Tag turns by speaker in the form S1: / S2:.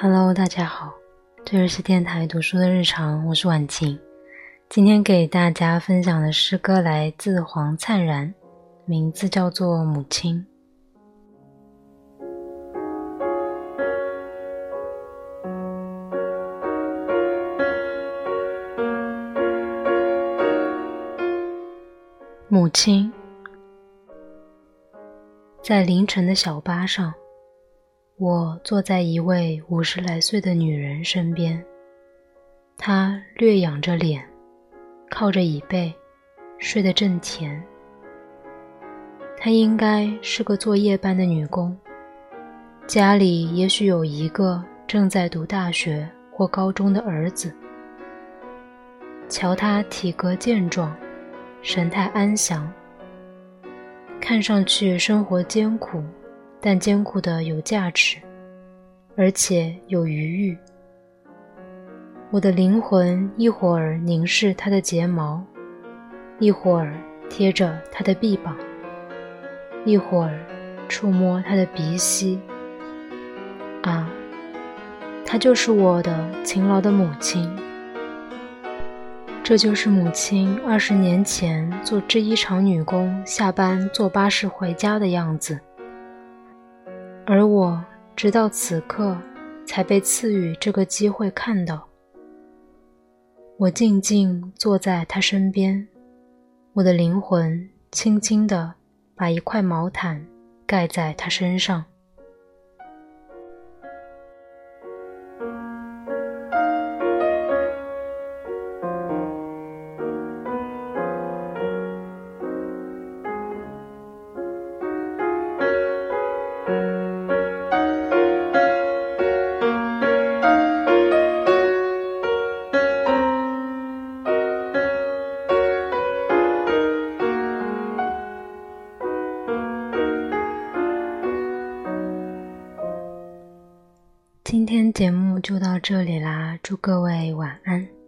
S1: Hello， 大家好，这里是电台读书的日常，我是婉晴。今天给大家分享的诗歌来自黄灿然，名字叫做《母亲》。母亲，在凌晨的小巴上，我坐在一位50来岁的女人身边，她略仰着脸，靠着椅背，睡得正甜。她应该是个做夜班的女工，家里也许有一个正在读大学或高中的儿子。瞧她体格健壮，神态安详，看上去生活艰苦，但艰苦的有价值，而且有余裕。我的灵魂一会儿凝视她的睫毛，一会儿贴着她的臂膀，一会儿触摸她的鼻息。啊，她就是我的勤劳的母亲。这就是母亲20年前做制衣厂女工，下班坐巴士回家的样子。而我直到此刻才被赐予这个机会看到。我静静坐在她身边，我的灵魂轻轻地把一块毛毯盖在她身上。今天节目就到这里啦，祝各位晚安。